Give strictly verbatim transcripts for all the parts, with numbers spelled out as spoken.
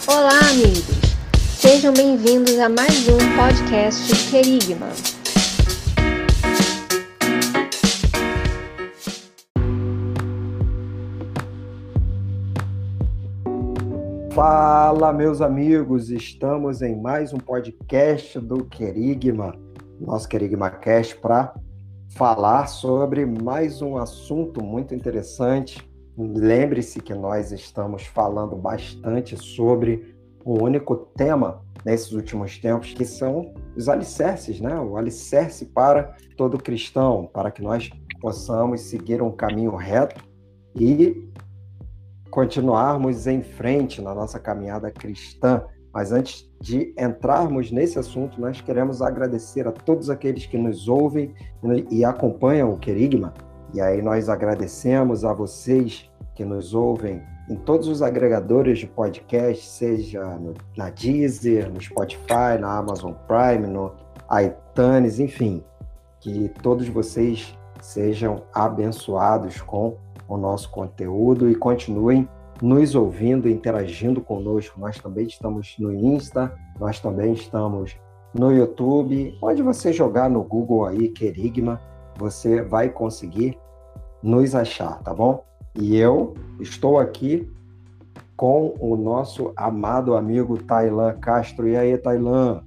Olá, amigos! Sejam bem-vindos a mais um podcast Querigma. Fala, meus amigos! Estamos em mais um podcast do Querigma, nosso Querigma Cast, para falar sobre mais um assunto muito interessante. Lembre-se que nós estamos falando bastante sobre um único tema nesses últimos tempos, que são os alicerces, né? O alicerce para todo cristão, para que nós possamos seguir um caminho reto e continuarmos em frente na nossa caminhada cristã. Mas antes de entrarmos nesse assunto, nós queremos agradecer a todos aqueles que nos ouvem e acompanham o Querigma. E aí nós agradecemos a vocês que nos ouvem em todos os agregadores de podcast, seja no, na Deezer, no Spotify, na Amazon Prime, no iTunes, enfim, que todos vocês sejam abençoados com o nosso conteúdo e continuem nos ouvindo e interagindo conosco. Nós também estamos no Insta, nós também estamos no YouTube. Onde você jogar no Google aí, Querigma, você vai conseguir nos achar, tá bom? E eu estou aqui com o nosso amado amigo Tailan Castro. E aí, Tailan?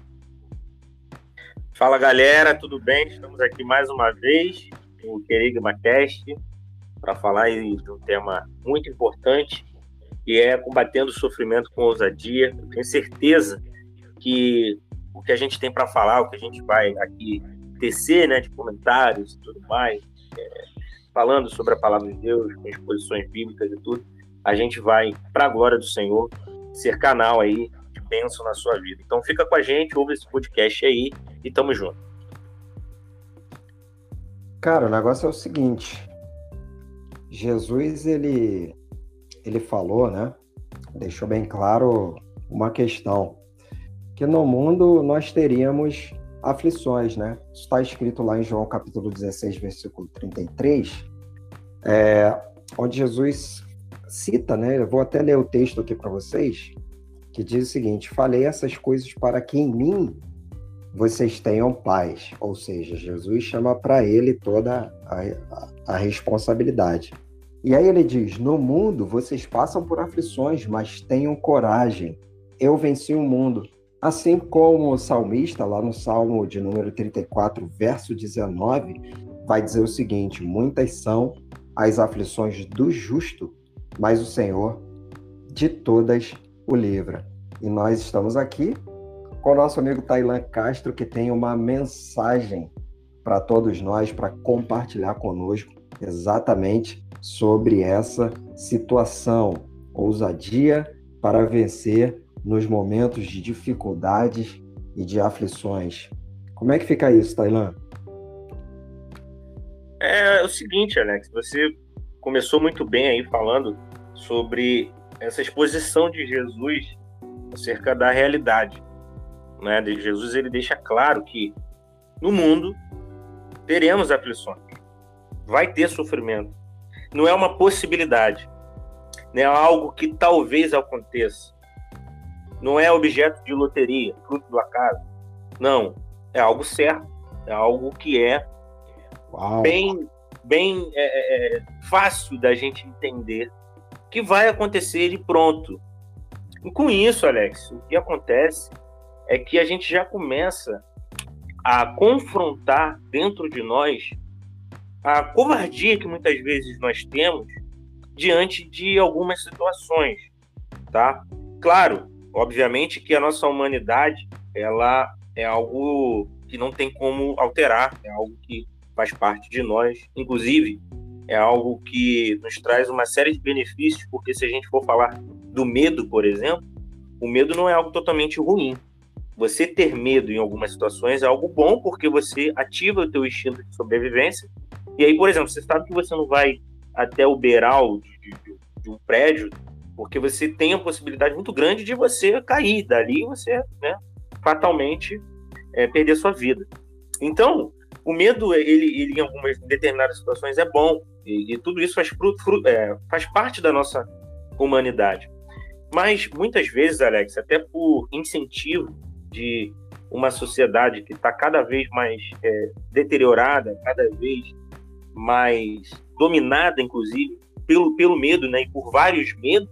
Fala, galera, tudo bem? Estamos aqui mais uma vez no Querigma Cast para falar aí de um tema muito importante, que é combatendo o sofrimento com ousadia. Eu tenho certeza que o que a gente tem para falar, o que a gente vai aqui tecer, né, de comentários e tudo mais, é, falando sobre a palavra de Deus, com exposições bíblicas e tudo, a gente vai, para a glória do Senhor, ser canal aí de bênção na sua vida. Então fica com a gente, ouve esse podcast aí e tamo junto. Cara, o negócio é o seguinte, Jesus, ele, ele falou, né, deixou bem claro uma questão, que no mundo nós teríamos aflições, né? Isso está escrito lá em João capítulo dezesseis, versículo trinta e três, é, onde Jesus cita, né? Eu vou até ler o texto aqui para vocês, que diz o seguinte: falei essas coisas para que em mim vocês tenham paz. Ou seja, Jesus chama para ele toda a, a, a responsabilidade. E aí ele diz: no mundo vocês passam por aflições, mas tenham coragem. Eu venci o mundo. Assim como o salmista, lá no Salmo de número trinta e quatro, verso dezenove, vai dizer o seguinte: muitas são as aflições do justo, mas o Senhor de todas o livra. E nós estamos aqui com o nosso amigo Tailan Castro, que tem uma mensagem para todos nós, para compartilhar conosco exatamente sobre essa situação, ousadia para vencer nos momentos de dificuldades e de aflições. Como é que fica isso, Tailan? É, é o seguinte, Alex, você começou muito bem aí falando sobre essa exposição de Jesus acerca da realidade, né? De Jesus, ele deixa claro que no mundo teremos aflições, vai ter sofrimento, não é uma possibilidade, não é algo que talvez aconteça. Não é objeto de loteria, fruto do acaso. Não, é algo certo. É algo que é Uau. bem, bem é, é, fácil da gente entender que vai acontecer e pronto. E com isso, Alex, o que acontece é que a gente já começa a confrontar dentro de nós a covardia que muitas vezes nós temos diante de algumas situações, tá? Claro, obviamente que a nossa humanidade, ela é algo que não tem como alterar, é algo que faz parte de nós, inclusive é algo que nos traz uma série de benefícios, porque se a gente for falar do medo, por exemplo, o medo não é algo totalmente ruim. Você ter medo em algumas situações é algo bom, porque você ativa o teu instinto de sobrevivência, e aí, por exemplo, você sabe que você não vai até o beiral de, de, de um prédio, porque você tem a possibilidade muito grande de você cair, dali você, né, fatalmente é, perder sua vida. Então, o medo, ele, ele em algumas determinadas situações é bom, e, e tudo isso faz, fruto, fruto, é, faz parte da nossa humanidade. Mas, muitas vezes, Alex, até por incentivo de uma sociedade que está cada vez mais é, deteriorada, cada vez mais dominada, inclusive, pelo, pelo medo, né, e por vários medos,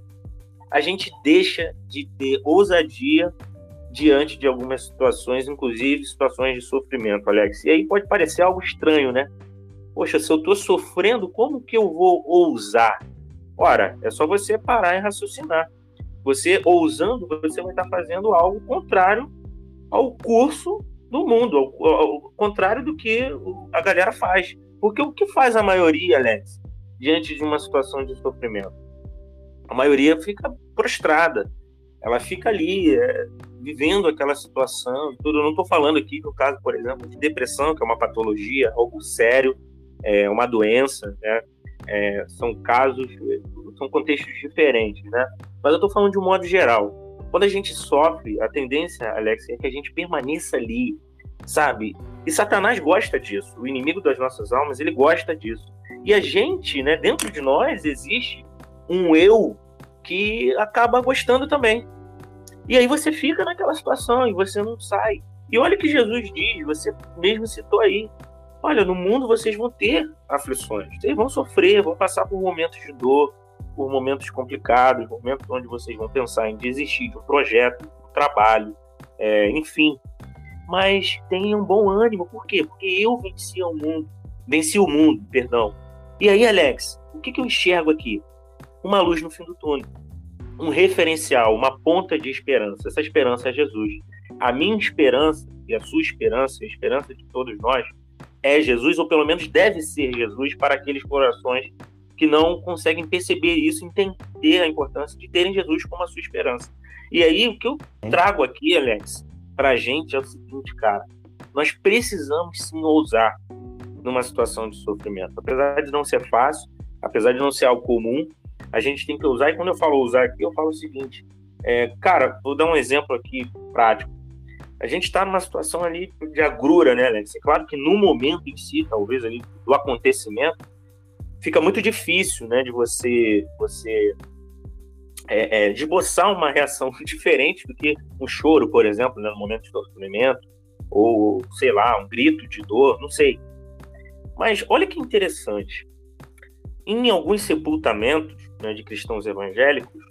a gente deixa de ter ousadia diante de algumas situações, inclusive situações de sofrimento, Alex. E aí pode parecer algo estranho, né? Poxa, se eu estou sofrendo, como que eu vou ousar? Ora, é só você parar e raciocinar. Você, ousando, você vai estar fazendo algo contrário ao curso do mundo, ao, ao contrário do que a galera faz. Porque o que faz a maioria, Alex, diante de uma situação de sofrimento? A maioria fica prostrada. Ela fica ali, é, vivendo aquela situação. Tudo. Eu não estou falando aqui, no caso, por exemplo, de depressão, que é uma patologia, algo sério, é uma doença, né? É, são casos, são contextos diferentes, né? Mas eu estou falando de um modo geral. Quando a gente sofre, a tendência, Alex, é que a gente permaneça ali, sabe? E Satanás gosta disso. O inimigo das nossas almas, ele gosta disso. E a gente, né, dentro de nós, existe um eu que acaba gostando também. E aí você fica naquela situação e você não sai. E olha o que Jesus diz, você mesmo citou aí. Olha, no mundo vocês vão ter aflições, vocês vão sofrer, vão passar por momentos de dor, por momentos complicados, momentos onde vocês vão pensar em desistir de um projeto, de um trabalho, é, enfim. Mas tenham bom ânimo, por quê? Porque eu venci o mundo, venci o mundo, perdão. E aí, Alex, o que, que eu enxergo aqui? Uma luz no fim do túnel, um referencial, uma ponta de esperança. Essa esperança é Jesus. A minha esperança e a sua esperança, a esperança de todos nós, é Jesus, ou pelo menos deve ser Jesus, para aqueles corações que não conseguem perceber isso, entender a importância de terem Jesus como a sua esperança. E aí, o que eu trago aqui, Alex, para a gente é o seguinte, cara, nós precisamos sim ousar numa situação de sofrimento. Apesar de não ser fácil, apesar de não ser algo comum, a gente tem que ousar. E quando eu falo ousar aqui, eu falo o seguinte, é, cara, vou dar um exemplo aqui prático. A gente está numa situação ali de agrura, né, Alex? É claro que no momento em si, talvez ali do acontecimento, fica muito difícil, né, de você, você é, é, de esboçar uma reação diferente do que um choro, por exemplo, né, no momento de sofrimento, ou, sei lá, um grito de dor, não sei. Mas olha que interessante. Em alguns sepultamentos, né, de cristãos evangélicos,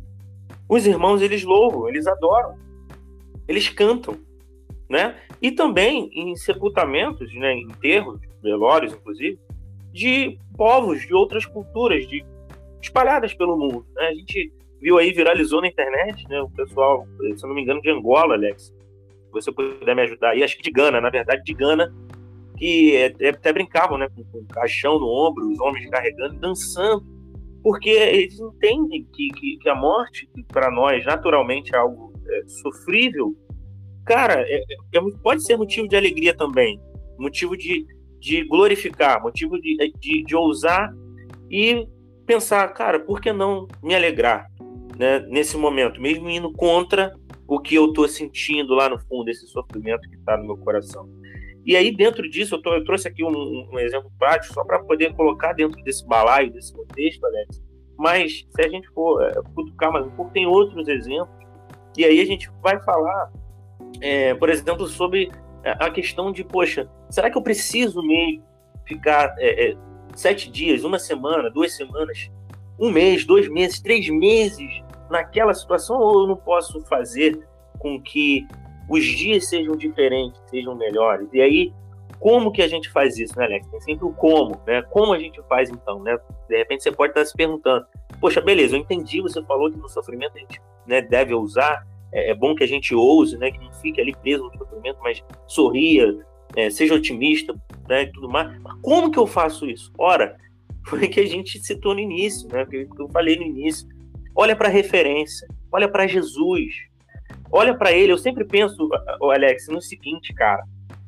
os irmãos, eles louvam, eles adoram. Eles cantam, né? E também em sepultamentos, né, enterros, velórios, inclusive, de povos de outras culturas, de, espalhadas pelo mundo, né? A gente viu aí, viralizou na internet, né, o pessoal, se eu não me engano, de Angola, Alex, se você puder me ajudar, e acho que de Gana, na verdade, de Gana, que é, até brincavam, né, com, com um caixão no ombro, os homens carregando, dançando, porque eles entendem que, que, que a morte, para nós, naturalmente, é algo é, sofrível, cara, é, é, pode ser motivo de alegria também, motivo de, de glorificar, motivo de, de, de ousar e pensar, cara, por que não me alegrar, né, nesse momento, mesmo indo contra o que eu estou sentindo lá no fundo, esse sofrimento que está no meu coração. E aí, dentro disso, eu, tô, eu trouxe aqui um, um exemplo prático, só para poder colocar dentro desse balaio, desse contexto, Alex. Mas, se a gente for é, cutucar mais um pouco, tem outros exemplos. E aí a gente vai falar, é, por exemplo, sobre a questão de, poxa, será que eu preciso mesmo ficar é, é, sete dias, uma semana, duas semanas, um mês, dois meses, três meses naquela situação? Ou eu não posso fazer com que os dias sejam diferentes, sejam melhores? E aí, como que a gente faz isso, né, Alex? Tem sempre o como, né? Como a gente faz, então, né? De repente você pode estar se perguntando, poxa, beleza, eu entendi, você falou que no sofrimento a gente, né, deve ousar, é, é bom que a gente ouse, né, que não fique ali preso no sofrimento, mas sorria, é, seja otimista, né, e tudo mais. Mas como que eu faço isso? Ora, foi que a gente citou no início, né, que eu falei no início. Olha para a referência, olha para Jesus, olha para ele. Eu sempre penso, Alex, no seguinte, cara,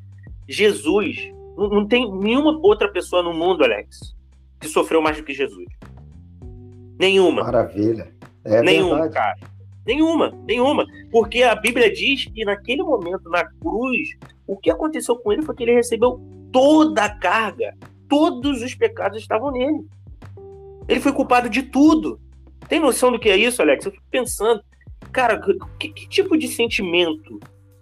Jesus, não, não tem nenhuma outra pessoa no mundo, Alex, que sofreu mais do que Jesus. Nenhuma. Maravilha. É nenhuma, verdade. cara. Nenhuma, nenhuma. Porque a Bíblia diz que naquele momento, na cruz, o que aconteceu com ele foi que ele recebeu toda a carga. Todos os pecados estavam nele. Ele foi culpado de tudo. Tem noção do que é isso, Alex? Eu fico pensando, cara, que, que tipo de sentimento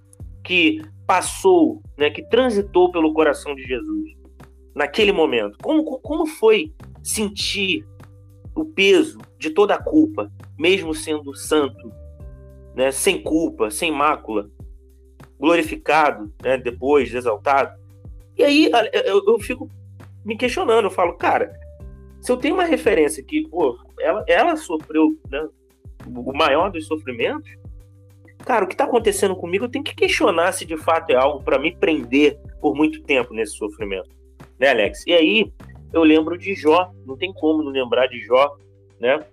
que passou, né, que transitou pelo coração de Jesus naquele momento? Como, como foi sentir o peso de toda a culpa, mesmo sendo santo, né, sem culpa, sem mácula, glorificado, né, depois, exaltado? E aí eu, eu fico me questionando, eu falo, cara, se eu tenho uma referência que, pô, ela, ela sofreu, né, o maior dos sofrimentos, cara, o que está acontecendo comigo, eu tenho que questionar se de fato é algo para me prender por muito tempo nesse sofrimento, né, Alex? E aí eu lembro de Jó, não tem como não lembrar de Jó, né,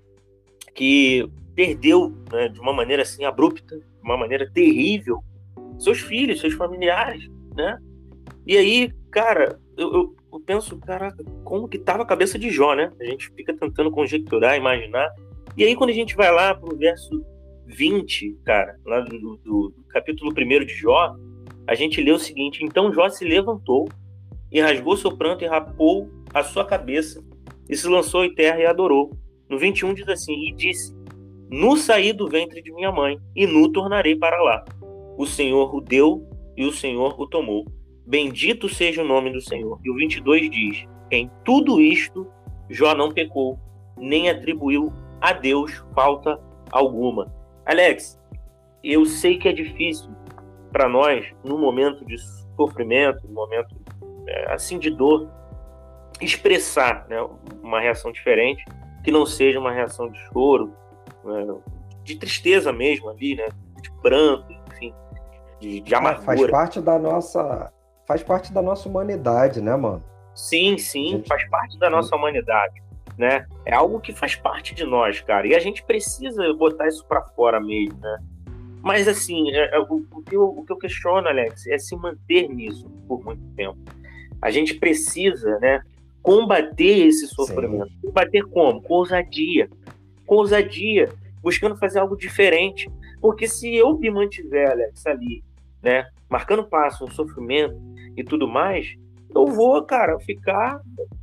que perdeu, né, de uma maneira assim abrupta, de uma maneira terrível, seus filhos, seus familiares, né? E aí, cara, eu, eu, eu penso, caraca, como que tava a cabeça de Jó, né? A gente fica tentando conjecturar, imaginar. E aí, quando a gente vai lá pro verso vinte, cara, lá do, do, do capítulo primeiro de Jó, a gente lê o seguinte: então Jó se levantou e rasgou seu pranto e rapou a sua cabeça e se lançou em terra e adorou. No vinte e um diz assim: e disse, nu saí do ventre de minha mãe e nu tornarei para lá. O Senhor o deu e o Senhor o tomou. Bendito seja o nome do Senhor. E o vinte e dois diz: em tudo isto Jó não pecou, nem atribuiu a Deus falta alguma. Alex, eu sei que é difícil para nós, num momento de sofrimento, num momento é, assim de dor, expressar, né, uma reação diferente, que não seja uma reação de choro, né, de tristeza mesmo ali, né, de pranto, enfim, de, de amargura. Faz parte da nossa, faz parte da nossa humanidade, né, mano? Sim, sim, gente... faz parte da nossa humanidade, né? É algo que faz parte de nós, cara, e a gente precisa botar isso para fora mesmo, né? Mas assim, é, é, o, o, que eu, o que eu questiono, Alex, é se manter nisso por muito tempo. A gente precisa, né, combater esse sofrimento. Sim. Combater como? Com ousadia. Com ousadia, buscando fazer algo diferente. Porque se eu me mantiver, Alex, ali, né, marcando passo no sofrimento e tudo mais, eu vou, cara, ficar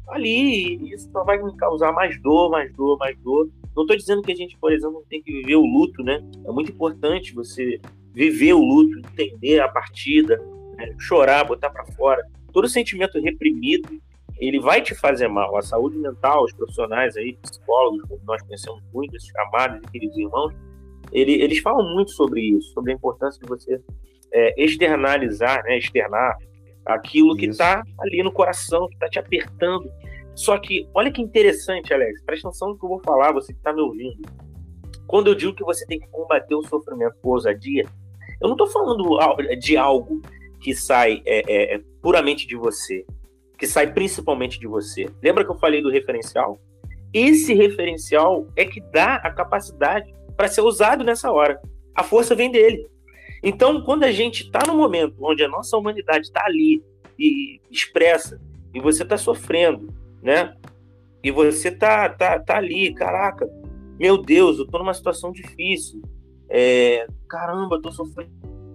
ali e isso só vai me causar mais dor, mais dor, mais dor. Não estou dizendo que a gente, por exemplo, não tem que viver o luto, né? É muito importante você viver o luto, entender a partida, né? Chorar, botar para fora. Todo sentimento reprimido, ele vai te fazer mal. A saúde mental, os profissionais aí, psicólogos, como nós conhecemos muito, esses amados e queridos irmãos, ele, eles falam muito sobre isso, sobre a importância de você é, externalizar, né? Externar aquilo isso. que está ali no coração, que está te apertando. Só que, olha que interessante, Alex, presta atenção no que eu vou falar, você que está me ouvindo. Quando eu digo que você tem que combater o sofrimento com ousadia, eu não estou falando de algo que sai é, é, puramente de você, que sai principalmente de você. Lembra que eu falei do referencial? Esse referencial é que dá a capacidade para ser usado nessa hora. A força vem dele. Então, quando a gente está no momento onde a nossa humanidade está ali e expressa, e você está sofrendo, né? E você tá, tá, tá ali, caraca, meu Deus, eu tô numa situação difícil, é, caramba, eu tô sofrendo.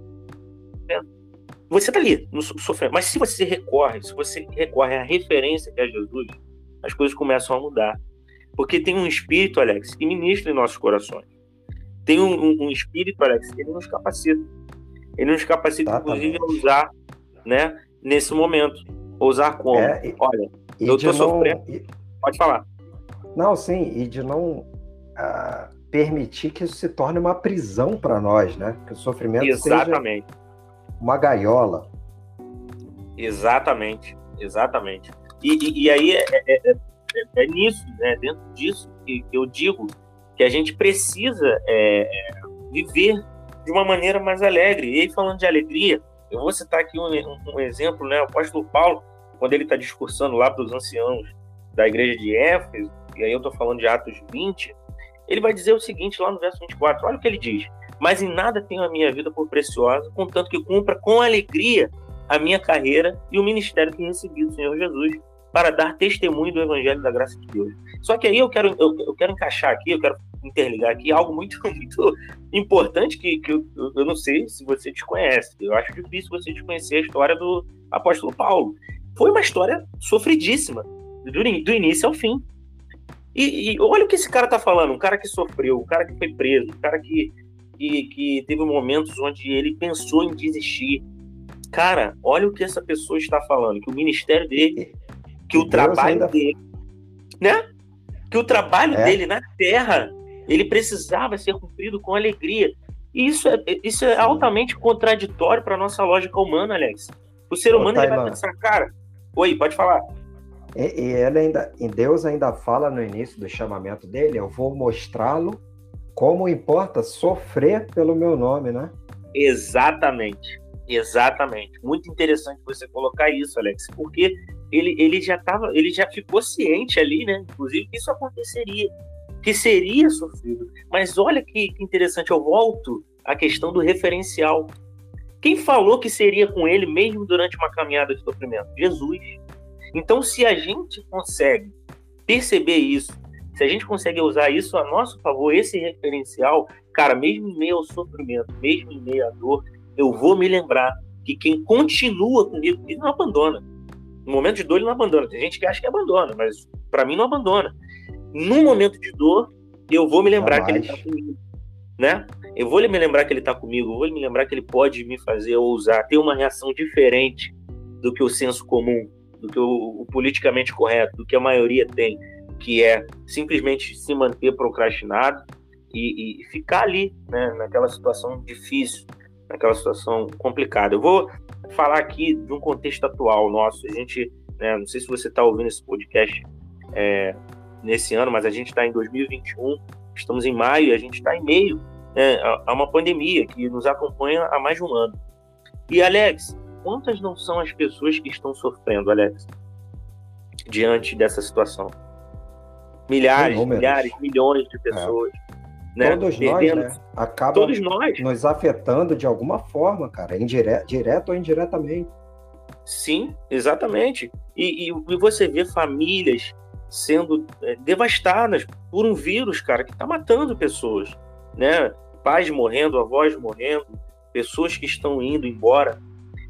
Você tá ali, sofrendo, mas se você recorre, se você recorre à referência que é Jesus, as coisas começam a mudar, porque tem um espírito, Alex, que ministra em nossos corações, tem um, um, um espírito, Alex, que ele nos capacita, ele nos capacita, tá, inclusive, tá a usar, né, nesse momento, usar como? É, e... Olha, E eu tô sofrendo. E... Pode falar. Não, sim, e de não uh, permitir que isso se torne uma prisão para nós, né? Que o sofrimento exatamente. seja uma gaiola. Exatamente, exatamente. E, e, e aí é, é, é, é nisso, né? Dentro disso que eu digo que a gente precisa é, viver de uma maneira mais alegre. E aí, falando de alegria, eu vou citar aqui um, um, um exemplo, né? O apóstolo Paulo, quando ele está discursando lá para os anciãos da igreja de Éfeso, e aí eu estou falando de Atos vinte, ele vai dizer o seguinte lá no verso vinte e quatro, olha o que ele diz: mas em nada tenho a minha vida por preciosa, contanto que cumpra com alegria a minha carreira e o ministério que recebi do Senhor Jesus, para dar testemunho do evangelho da graça de Deus. Só que aí eu quero, eu, eu quero encaixar aqui, eu quero interligar aqui algo muito, muito importante que, que eu, eu não sei se você desconhece. Eu acho difícil você desconhecer a história do apóstolo Paulo. Foi uma história sofridíssima, do, do início ao fim. E, e olha o que esse cara tá falando, um cara que sofreu, um cara que foi preso, um cara que, que, que teve momentos onde ele pensou em desistir. Cara, olha o que essa pessoa está falando, que o ministério dele, que o trabalho ainda... dele, né? Que o trabalho é. dele na terra, ele precisava ser cumprido com alegria. E isso é, isso é altamente contraditório para a nossa lógica humana, Alex. O ser humano Ô, ele vai pensar, cara... Oi, pode falar. E, e ele ainda, e Deus ainda fala no início do chamamento dele, eu vou mostrá-lo como importa sofrer pelo meu nome, né? Exatamente. Exatamente. Muito interessante você colocar isso, Alex, porque ele, ele já tava, ele já ficou ciente ali, né? Inclusive, que isso aconteceria, que seria sofrido. Mas olha que, que interessante, eu volto à questão do referencial. Quem falou que seria com ele mesmo durante uma caminhada de sofrimento? Jesus. Então, se a gente consegue perceber isso, se a gente consegue usar isso a nosso favor, esse referencial, cara, mesmo em meio ao sofrimento, mesmo em meio à dor, eu vou me lembrar que quem continua comigo, ele não abandona. No momento de dor, ele não abandona. Tem gente que acha que abandona, mas para mim não abandona. No momento de dor, eu vou me lembrar Jamais. que ele está comigo, né? Eu vou me lembrar que ele está comigo, eu vou me lembrar que ele pode me fazer ousar, ter uma reação diferente do que o senso comum, do que o, o politicamente correto, do que a maioria tem, que é simplesmente se manter procrastinado e, e ficar ali, né, naquela situação difícil, naquela situação complicada. Eu vou falar aqui de um contexto atual nosso. A gente, né, não sei se você está ouvindo esse podcast é, nesse ano, mas a gente está em dois mil e vinte e um, estamos em maio e a gente está em meio, né, a, a uma pandemia que nos acompanha há mais de um ano. E, Alex, quantas não são as pessoas que estão sofrendo, Alex, diante dessa situação? Milhares, milhares, milhões de pessoas. É. Né? Todos Perdendo. nós, né? Acaba Todos nós. nos afetando de alguma forma, cara, indire... direto ou indiretamente. Sim, exatamente. E, e, e você vê famílias sendo é, devastadas por um vírus, cara, que está matando pessoas, né? Pais morrendo, avós morrendo, pessoas que estão indo embora.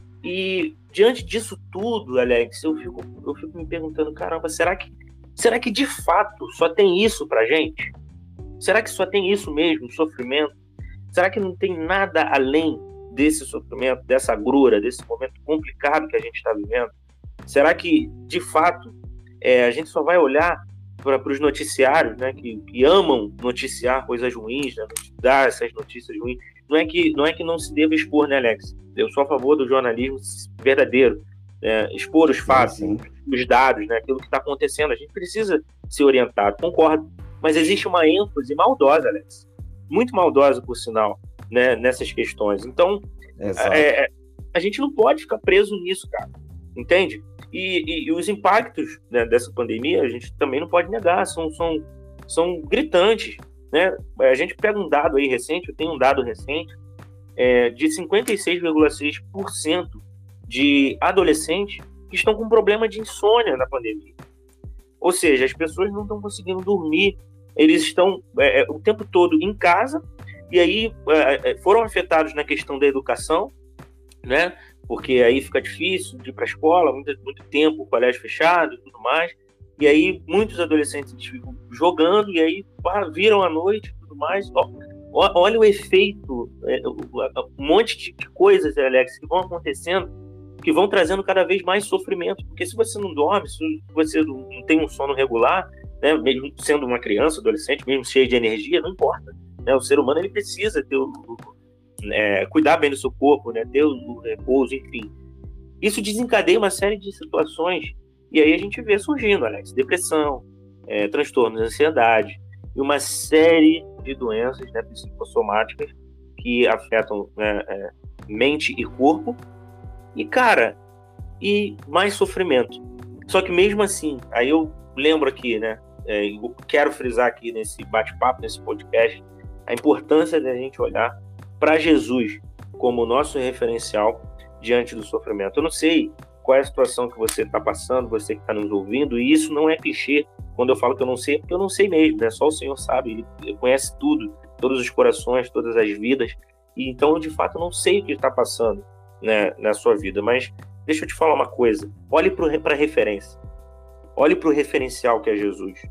E diante disso tudo, Alex, eu fico, eu fico me perguntando, caramba, será que, será que de fato só tem isso pra gente? Será que só tem isso mesmo, sofrimento? Será que não tem nada além desse sofrimento, dessa agrura, desse momento complicado que a gente está vivendo? Será que, de fato, é, a gente só vai olhar para os noticiários, né, que, que amam noticiar coisas ruins, né, dar essas notícias ruins? Não é, que, não é que não se deva expor, né, Alex? Eu sou a favor do jornalismo verdadeiro, né, expor os fatos, sim, sim. os dados, né, aquilo que está acontecendo. A gente precisa ser orientado, concordo. Mas existe uma ênfase maldosa, Alex, muito maldosa, por sinal, né, nessas questões. Então, é, a gente não pode ficar preso nisso, cara, entende? E, e, e os impactos, né, dessa pandemia, a gente também não pode negar, são, são, são gritantes, né? A gente pega um dado aí recente, eu tenho um dado recente, é, de cinquenta e seis vírgula seis por cento de adolescentes que estão com problema de insônia na pandemia. Ou seja, as pessoas não estão conseguindo dormir, eles estão é, o tempo todo em casa, e aí é, foram afetados na questão da educação, né? Porque aí fica difícil de ir para a escola, muito, muito tempo, o colégio fechado e tudo mais, e aí muitos adolescentes ficam jogando, e aí viram à noite e tudo mais. Ó, olha o efeito, é, um monte de coisas, Alex, que vão acontecendo, que vão trazendo cada vez mais sofrimento, porque se você não dorme, se você não tem um sono regular, né, mesmo sendo uma criança, adolescente, mesmo cheio de energia, não importa, né, o ser humano ele precisa ter o, é, cuidar bem do seu corpo, né, ter o, o repouso, enfim. Isso desencadeia uma série de situações, e aí a gente vê surgindo, Alex, depressão, é, transtornos de ansiedade, e uma série de doenças, né, psicossomáticas que afetam, né, é, mente e corpo, e, cara, e mais sofrimento. Só que mesmo assim, aí eu lembro aqui, né, é, eu quero frisar aqui nesse bate-papo, nesse podcast, a importância da gente olhar para Jesus como nosso referencial diante do sofrimento. Eu não sei qual é a situação que você está passando, você que está nos ouvindo, e isso não é clichê. Quando eu falo que eu não sei, é porque eu não sei mesmo, né? Só o Senhor sabe, Ele conhece tudo, todos os corações, todas as vidas, e então eu de fato não sei o que está passando, né, na sua vida, mas deixa eu te falar uma coisa, olhe para a referência, olhe para o referencial que é Jesus.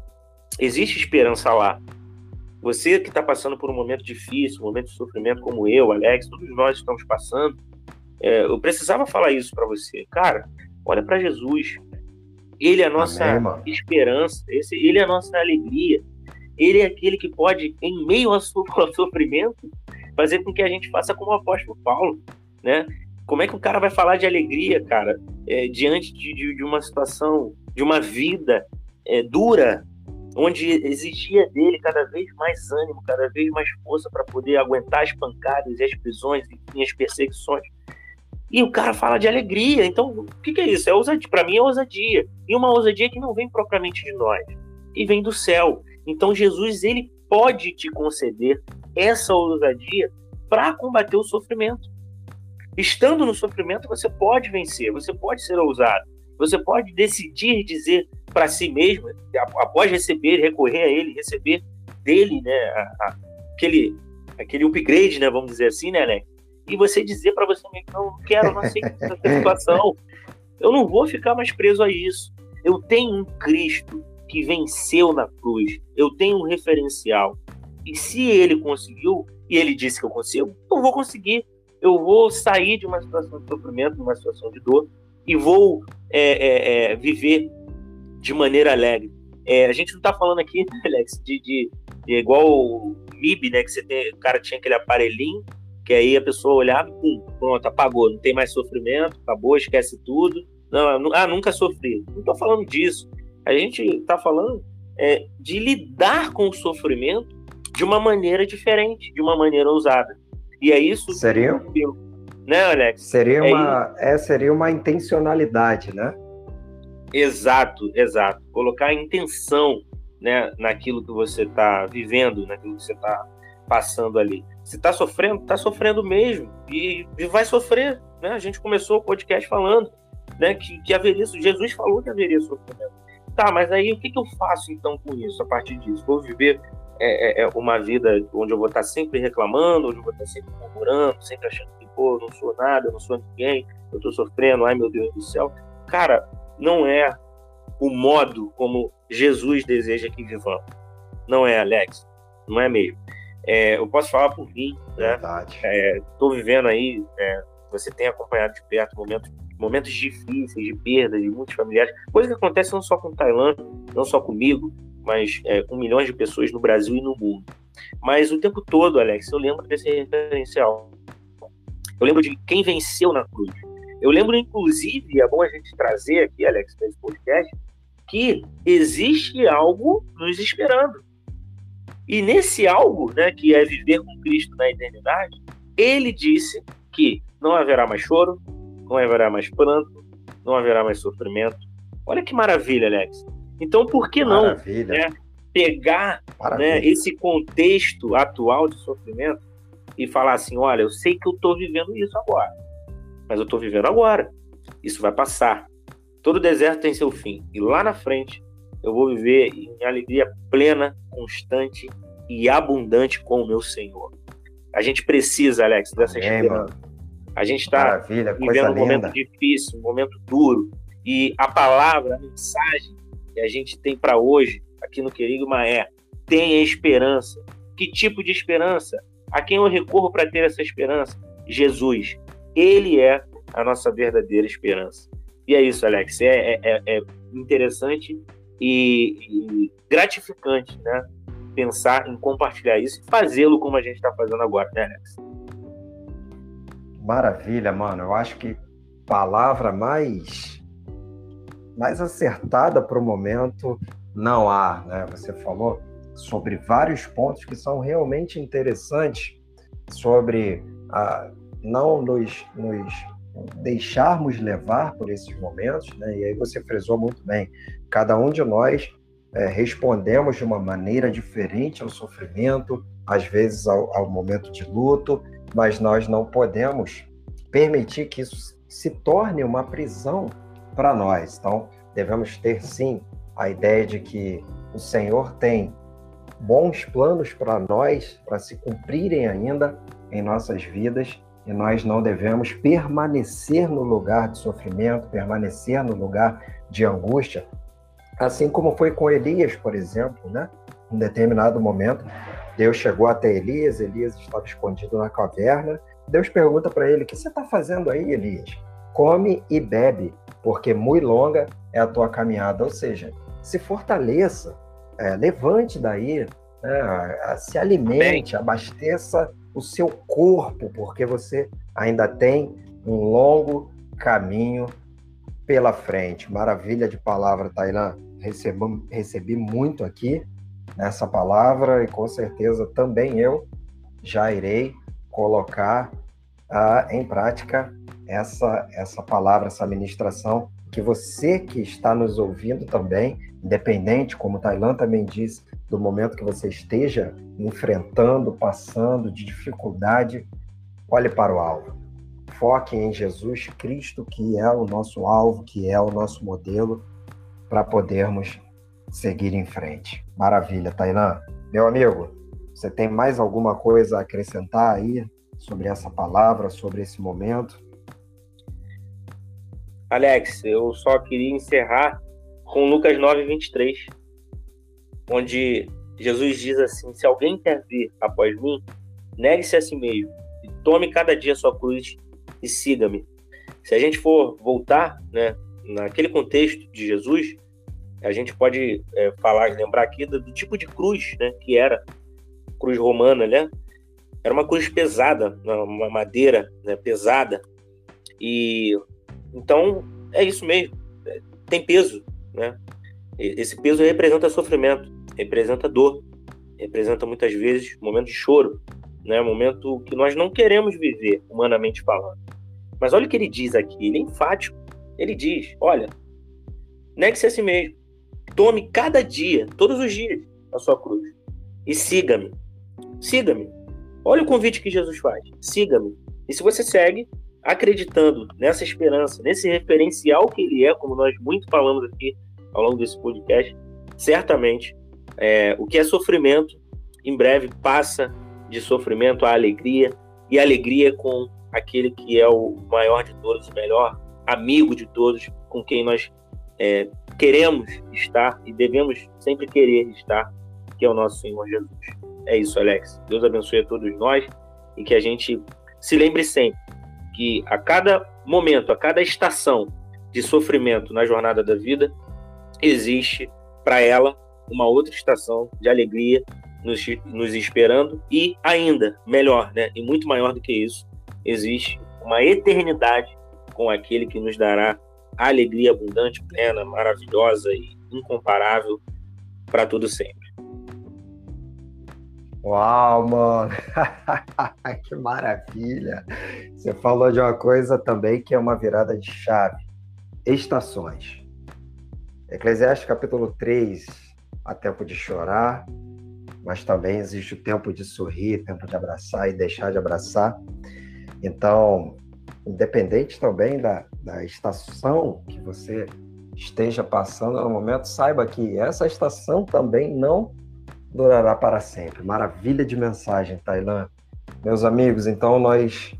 existe esperança lá. Você que está passando por um momento difícil, um momento de sofrimento como eu, Alex, todos nós estamos passando, é, eu precisava falar isso para você. Cara, olha para Jesus. Ele é a nossa Amém, esperança, esse, ele é a nossa alegria. Ele é aquele que pode, em meio ao sofrimento, fazer com que a gente faça como o apóstolo Paulo, né? Como é que o cara vai falar de alegria, cara, é, diante de, de, de uma situação, de uma vida é, dura, onde exigia dele cada vez mais ânimo, cada vez mais força para poder aguentar as pancadas e as prisões e as perseguições. E o cara fala de alegria. Então, o que, que é isso? É ousadia. Para mim é ousadia. E uma ousadia que não vem propriamente de nós, que vem do céu. Então, Jesus, ele pode te conceder essa ousadia para combater o sofrimento. Estando no sofrimento, você pode vencer, você pode ser ousado. Você pode decidir dizer para si mesmo, após receber, recorrer a ele, receber dele, né, a, a, aquele, aquele upgrade, né, vamos dizer assim, né, Alex? E você dizer para você mesmo, não, não quero, não aceito essa situação. Eu não vou ficar mais preso a isso. Eu tenho um Cristo que venceu na cruz. Eu tenho um referencial. E se ele conseguiu, e ele disse que eu consigo, eu vou conseguir. Eu vou sair de uma situação de sofrimento, de uma situação de dor, e vou é, é, é, viver de maneira alegre. É, a gente não está falando aqui, né, Alex, de, de, de igual o M I B, né, que você tem, o cara tinha aquele aparelhinho, que aí a pessoa olhava e pum, pronto, apagou, não tem mais sofrimento, acabou, esquece tudo. Não, ah, nunca sofri. Não estou falando disso. A gente está falando é, de lidar com o sofrimento de uma maneira diferente, de uma maneira ousada. E é isso seria, que eu, né, Alex? Seria uma, é, seria uma intencionalidade, né? Exato, exato. Colocar a intenção, né, naquilo que você está vivendo, naquilo que você está passando ali. Se está sofrendo, está sofrendo mesmo. E, e vai sofrer, né? A gente começou o podcast falando, né, que, que haveria, Jesus falou que haveria sofrimento. Tá, mas aí o que, que eu faço então com isso, a partir disso? Vou viver é, é, uma vida onde eu vou estar sempre reclamando, onde eu vou estar sempre murmurando, sempre achando que, pô, eu não sou nada, eu não sou ninguém, eu estou sofrendo, ai meu Deus do céu. Cara, não é o modo como Jesus deseja que vivamos. Não é, Alex. Não é mesmo. É, eu posso falar por mim, né? Estou é, vivendo aí, é, você tem acompanhado de perto momentos, momentos difíceis, de perda de muitos familiares, coisa que acontece não só com Tailândia, não só comigo, mas é, com milhões de pessoas no Brasil e no mundo. Mas o tempo todo, Alex, eu lembro desse referencial. Eu lembro de quem venceu na cruz. Eu lembro, inclusive, é bom a gente trazer aqui, Alex, nesse podcast, que existe algo nos esperando. E nesse algo, né, que é viver com Cristo na eternidade, ele disse que não haverá mais choro, não haverá mais pranto, não haverá mais sofrimento. Olha que maravilha, Alex. Então, por que não, né, pegar, né, esse contexto atual de sofrimento e falar assim, olha, eu sei que eu estou vivendo isso agora, mas eu estou vivendo agora. Isso vai passar. Todo deserto tem seu fim. E lá na frente, eu vou viver em alegria plena, constante e abundante com o meu Senhor. A gente precisa, Alex, dessa Amém, esperança. Mano. A gente está vivendo um momento difícil, um momento duro. E a palavra, a mensagem que a gente tem para hoje, aqui no Querigma, é: tenha esperança. Que tipo de esperança? A quem eu recorro para ter essa esperança? Jesus. Ele é a nossa verdadeira esperança. E é isso, Alex. É, é, é interessante e, e gratificante, né, pensar em compartilhar isso e fazê-lo como a gente está fazendo agora, né, Alex? Maravilha, mano. Eu acho que palavra mais, mais acertada para o momento não há, né? Você falou sobre vários pontos que são realmente interessantes, sobre a, não nos, nos deixarmos levar por esses momentos, né? E aí você frisou muito bem, cada um de nós é, respondemos de uma maneira diferente ao sofrimento, às vezes ao, ao momento de luto, mas nós não podemos permitir que isso se torne uma prisão para nós. Então, devemos ter, sim, a ideia de que o Senhor tem bons planos para nós, para se cumprirem ainda em nossas vidas, e nós não devemos permanecer no lugar de sofrimento, permanecer no lugar de angústia, Assim como foi com Elias, por exemplo, né? Em determinado momento, Deus chegou até Elias, Elias estava escondido na caverna. Deus pergunta para ele: o que você está fazendo aí, Elias? Come e bebe, porque muito longa é a tua caminhada. Ou seja, se fortaleça, é, levante daí, né? Se alimente, Bem. abasteça o seu corpo, porque você ainda tem um longo caminho pela frente. Maravilha de palavra, Tailan. Recebi, recebi muito aqui nessa palavra e com certeza também eu já irei colocar ah, em prática essa, essa palavra, essa ministração, que você que está nos ouvindo também, independente, como o Tailan também disse, do momento que você esteja enfrentando, passando de dificuldade, olhe para o alvo. Foque em Jesus Cristo, que é o nosso alvo, que é o nosso modelo, para podermos seguir em frente. Maravilha, Tailan. Meu amigo, você tem mais alguma coisa a acrescentar aí sobre essa palavra, sobre esse momento? Alex, eu só queria encerrar com Lucas nove, vinte e três, onde Jesus diz assim: se alguém quer vir após mim, negue-se a si mesmo, e tome cada dia a sua cruz e siga-me. Se a gente for voltar, né, naquele contexto de Jesus, a gente pode é, falar, lembrar aqui do, do tipo de cruz, né, que era cruz romana, né? Era uma cruz pesada, uma madeira, né, pesada. E então é isso mesmo, tem peso, né? Esse peso representa sofrimento, representa dor, representa muitas vezes momento de choro, né? Momento que nós não queremos viver, humanamente falando. Mas olha o que ele diz aqui, ele é enfático. Ele diz: olha, negue-se a si mesmo, tome cada dia, todos os dias, a sua cruz e siga-me. Siga-me. Olha o convite que Jesus faz: siga-me. E se você segue, acreditando nessa esperança, nesse referencial que ele é, como nós muito falamos aqui ao longo desse podcast, certamente é, o que é sofrimento, em breve passa de sofrimento a alegria, e alegria com aquele que é o maior de todos, o melhor amigo de todos, com quem nós é, queremos estar e devemos sempre querer estar, que é o nosso Senhor Jesus. É isso, Alex. Deus abençoe a todos nós e que a gente se lembre sempre que a cada momento, a cada estação de sofrimento na jornada da vida, existe para ela uma outra estação de alegria nos, nos esperando, e ainda melhor, né, e muito maior do que isso, existe uma eternidade com aquele que nos dará a alegria abundante, plena, maravilhosa e incomparável para todo sempre. Uau, mano! Que maravilha! Você falou de uma coisa também que é uma virada de chave. Estações. Eclesiastes capítulo três, há tempo de chorar, mas também existe o tempo de sorrir, tempo de abraçar e deixar de abraçar. Então, independente também da, da estação que você esteja passando no momento, saiba que essa estação também não durará para sempre. Maravilha de mensagem, Tailan. Meus amigos, então nós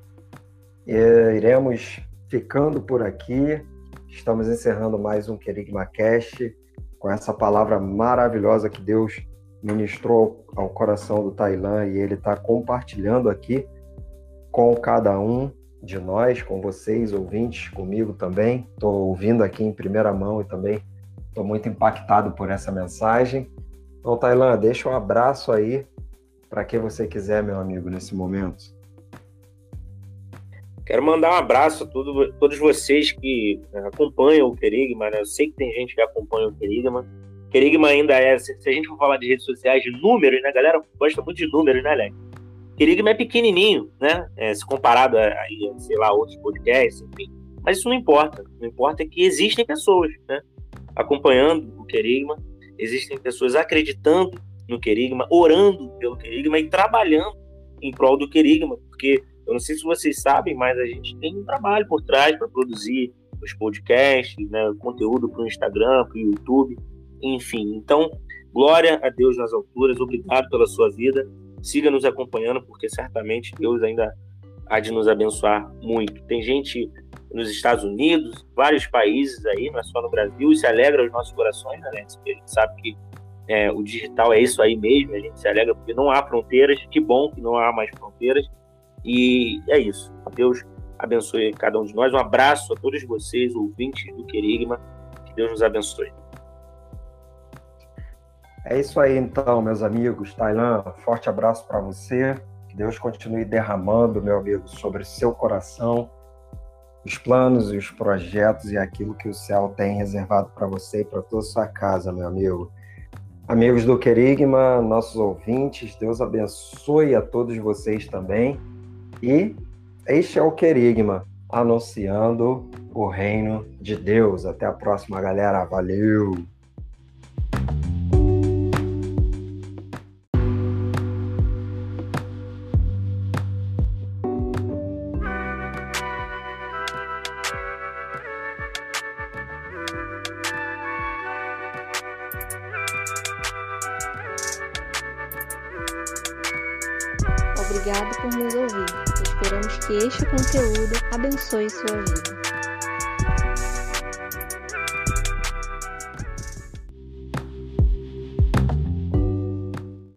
iremos ficando por aqui. Estamos encerrando mais um Querigma Cast com essa palavra maravilhosa que Deus ministrou ao coração do Tailan, e ele está compartilhando aqui com cada um de nós, com vocês, ouvintes, comigo também. Estou ouvindo aqui em primeira mão e também estou muito impactado por essa mensagem. Então, Tailan, deixa um abraço aí para quem você quiser, meu amigo, nesse momento. Quero mandar um abraço a todo, todos vocês que acompanham o Querigma, né? Eu sei que tem gente que acompanha o Querigma. Querigma ainda é, se a gente for falar de redes sociais, de números, né? A galera gosta muito de números, né, Alex? Querigma é pequenininho, né? É, se comparado a, a, sei lá, outros podcasts, enfim. Mas isso não importa. Não importa é que existem pessoas, né, acompanhando o Querigma. Existem pessoas acreditando no Querigma, orando pelo Querigma e trabalhando em prol do Querigma, porque eu não sei se vocês sabem, mas a gente tem um trabalho por trás para produzir os podcasts, né, conteúdo para o Instagram, para o YouTube, enfim. Então, glória a Deus nas alturas, obrigado pela sua vida, siga nos acompanhando, porque certamente Deus ainda há de nos abençoar muito. Tem gente nos Estados Unidos, vários países aí, não é só no Brasil. Isso alegra os nossos corações, né, Alex? Porque a gente sabe que é, o digital é isso aí mesmo, a gente se alegra porque não há fronteiras. Que bom que não há mais fronteiras. E é isso. Deus abençoe cada um de nós. Um abraço a todos vocês, ouvintes do Querigma. Que Deus nos abençoe. É isso aí, então, meus amigos. Tailan, forte abraço para você. Que Deus continue derramando, meu amigo, sobre seu coração os planos e os projetos e aquilo que o céu tem reservado para você e para toda a sua casa, meu amigo. Amigos do Querigma, nossos ouvintes, Deus abençoe a todos vocês também. E este é o Querigma, anunciando o reino de Deus. Até a próxima, galera. Valeu! Obrigado por nos ouvir. Esperamos que este conteúdo abençoe sua vida.